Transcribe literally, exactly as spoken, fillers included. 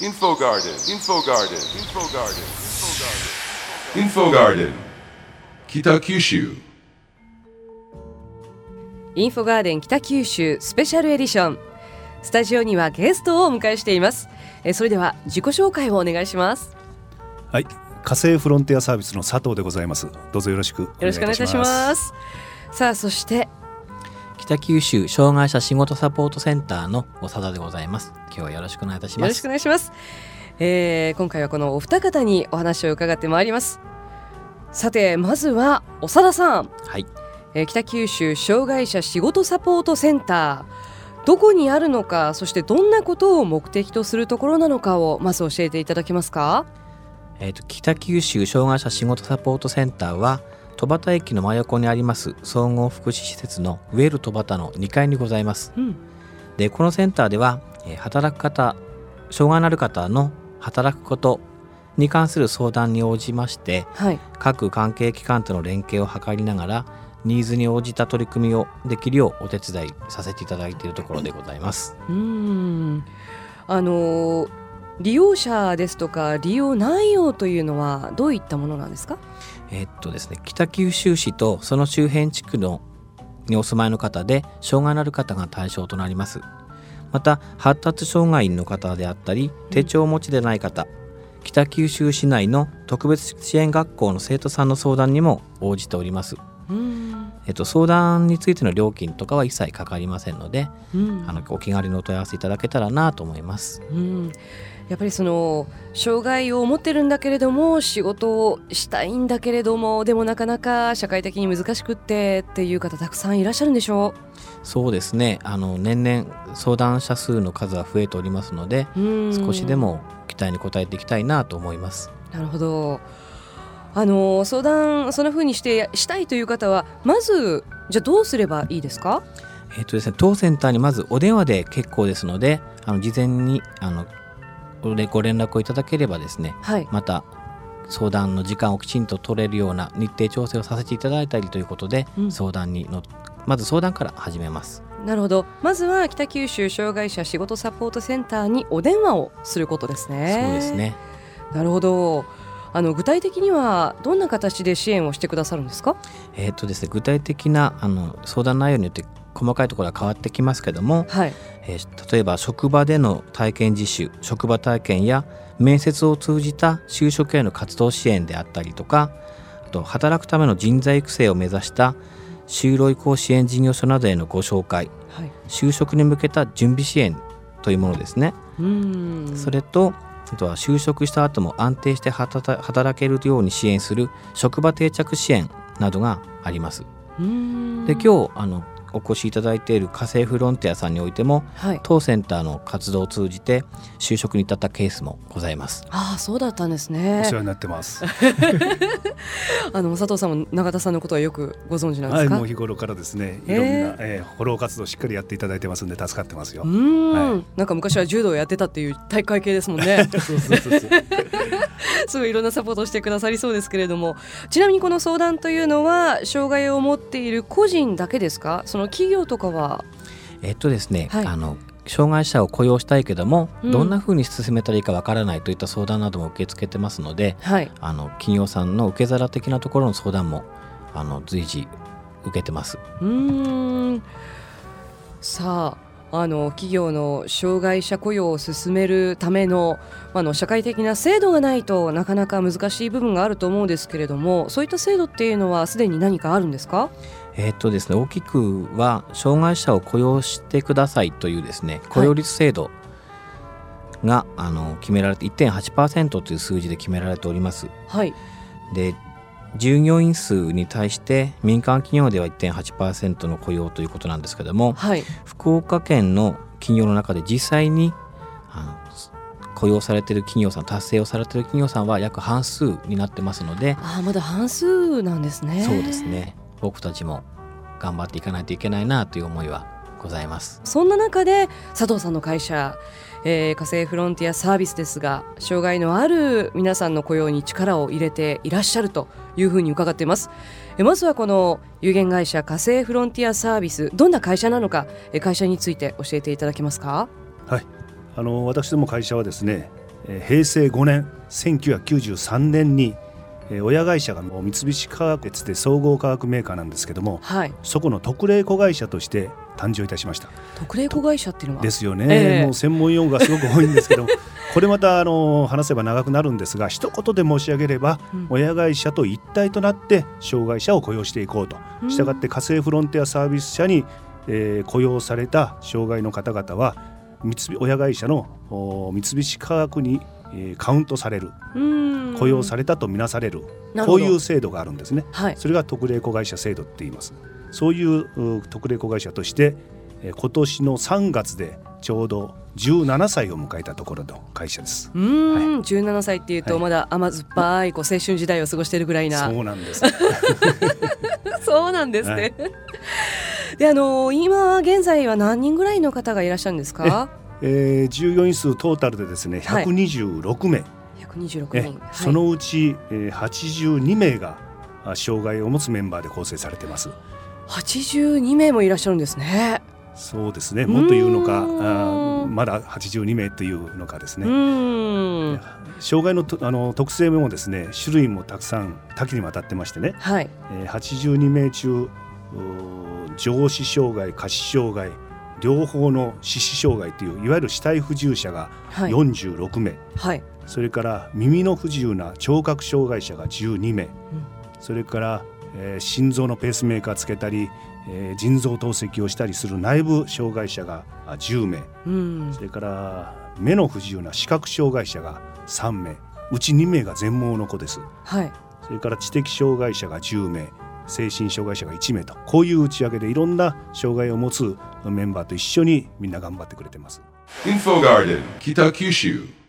Info Garden, Info Garden, Info Garden, Info Garden, 北九州。 インフォガーデン北九州スペシャルエディション。スタジオにはゲストをお迎えしています。えそれでは自己紹介をお願いします。 はい、火星フロンティアサービスの佐藤でございます。どうぞよろしくお願いいたします。 よろしくお願いいたします。さあ、そして北九州障害者仕事サポートセンターの長田でございます。今日はよろしくお願いいたします。 よろしくお願いします。えー、今回はこのお二方にお話を伺ってまいります。さて、まずは長田さん。 はい、 えー、北九州障害者仕事サポートセンター、どこにあるのか、そしてどんなことを目的とするところなのかをまず教えていただけますか。 えーと、北九州障害者仕事サポートセンターは戸畑駅の真横にあります総合福祉施設のウェル戸畑のにかいにございます、うん、でこのセンターでは、えー、働く方、障害のある方の働くことに関する相談に応じまして、はい、各関係機関との連携を図りながらニーズに応じた取り組みをできるようお手伝いさせていただいているところでございます。 うーん、あの利用者ですとか利用内容というのはどういったものなんですか。 えーっとですね、北九州市とその周辺地区のにお住まいの方で障害のある方が対象となります。また発達障害の方であったり手帳をお持ちでない方、うん、北九州市内の特別支援学校の生徒さんの相談にも応じております。うん、えっと、相談についての料金とかは一切かかりませんので、うん、あのお気軽にお問い合わせいただけたらなと思います。 うん、やっぱりその障害を持ってるんだけれども仕事をしたいんだけれどもでもなかなか社会的に難しくってっていう方たくさんいらっしゃるんでしょう。 そうですね、あの年々相談者数の数は増えておりますので、うん、少しでも期待に応えていきたいなと思います。 なるほど。あの相談そんな風にしてしたいという方はまずじゃあどうすればいいですか。 えーとですね、当センターにまずお電話で結構ですので、あの事前にあのご連絡をいただければですね、はい、また相談の時間をきちんと取れるような日程調整をさせていただいたりということで、うん、相談にのまず相談から始めます。 なるほど。まずは北九州障害者仕事サポートセンターにお電話をすることですね。 そうですね。 なるほど。あの具体的にはどんな形で支援をしてくださるんですか。 えーとですね、具体的なあの相談内容によって細かいところは変わってきますけども、はい、えー、例えば職場での体験実習、職場体験や面接を通じた就職への活動支援であったりとか、あと働くための人材育成を目指した就労移行支援事業所などへのご紹介、はい、就職に向けた準備支援というものですね。うーん、それとあとは就職した後も安定して働けるように支援する職場定着支援などがあります。うーん、で今日あのお越しいただいている火星フロンティアさんにおいても、はい、当センターの活動を通じて就職に至ったケースもございます。 ああ、そうだったんですね。 お世話になってますあの佐藤さんも永田さんのことはよくご存知なんですか。 はい、もう日頃からですね、いろんな、えー、フォロー活動をしっかりやっていただいてますんで助かってますよ。 うーん、はい、なんか昔は柔道をやってたっていう体育会系ですもんねそうそうそうそうすごいいろんなサポートをしてくださりそうですけれども、ちなみにこの相談というのは障害を持っている個人だけですか。その企業とかは。 えっとですね、はい、あの障害者を雇用したいけども、うん、どんな風に進めたらいいかわからないといった相談なども受け付けてますので、はい、あの企業さんの受け皿的なところの相談もあの随時受けてます。 うーん、さああの企業の障害者雇用を進めるための、あの社会的な制度がないとなかなか難しい部分があると思うんですけれども、そういった制度っていうのはすでに何かあるんですか。 えーっとですね、大きくは障害者を雇用してくださいというですね、雇用率制度が、はい、あの決められて いってんはちパーセント という数字で決められております。はい、で従業員数に対して民間企業では いってんはちパーセント の雇用ということなんですけども、はい、福岡県の企業の中で実際にあの雇用されている企業さん、達成をされている企業さんは約半数になってますので。 あ、まだ半数なんですね。 そうですね、僕たちも頑張っていかないといけないなという思いはございます。 そんな中で佐藤さんの会社、えー、火星フロンティアサービスですが、障害のある皆さんの雇用に力を入れていらっしゃるというふうに伺っています。えまずはこの有限会社火星フロンティアサービス、どんな会社なのか、会社について教えていただけますか。 はい、あの私ども会社はですね、 えー、平成ごねんせんきゅうひゃくきゅうじゅうさんねんに、えー、親会社が三菱化学別で総合化学メーカーなんですけども、はい、そこの特例子会社として誕生いたしました。 特例子会社っていうのはですよね、えー、もう専門用語がすごく多いんですけどこれまたあの話せば長くなるんですが、一言で申し上げれば、うん、親会社と一体となって障害者を雇用していこうと、うん、したがって火星フロンティアサービス社に、えー、雇用された障害の方々は三菱親会社の三菱化学に、えー、カウントされる、雇用されたとみなされる、こういう制度があるんですね、はい、それが特例子会社制度って言います。そういう特例子会社として、えー、今年のさんがつでちょうどじゅうななさいを迎えたところの会社です。 うーん、はい、じゅうななさいっていうとまだ甘酸っぱいこう青春時代を過ごしているぐらいな。 そうなんですそうなんですね、はい、であの今現在は何人ぐらいの方がいらっしゃるんですか？ ええー、従業員数トータルでですねひゃくにじゅうろくめい、はい、 ひゃくにじゅうろくにん、はい、 そのうち、えー、はちじゅうにめいが障害を持つメンバーで構成されています。 はちじゅうにめいもいらっしゃるんですね。 そうですね、もっと言うのか、あまだはちじゅうにめいというのかですね。うーん、障害 の, あの特性もですね種類もたくさん多岐にわたってましてね、はい、えー、はちじゅうにめい中上肢障害下肢障害両方の四肢障害といういわゆる肢体不自由者がよんじゅうろくめい、はい、それから耳の不自由な聴覚障害者がじゅうにめい、うん、それから、えー、心臓のペースメーカーつけたりえー、腎臓透析をしたりする内部障害者がじゅうめい、うん、それから目の不自由な視覚障害者がさんめい、うちにめいが全盲の子です、はい、それから知的障害者がじゅうめい、精神障害者がいちめいと、こういう内訳でいろんな障害を持つメンバーと一緒にみんな頑張ってくれてます。 インフォガーデン北九州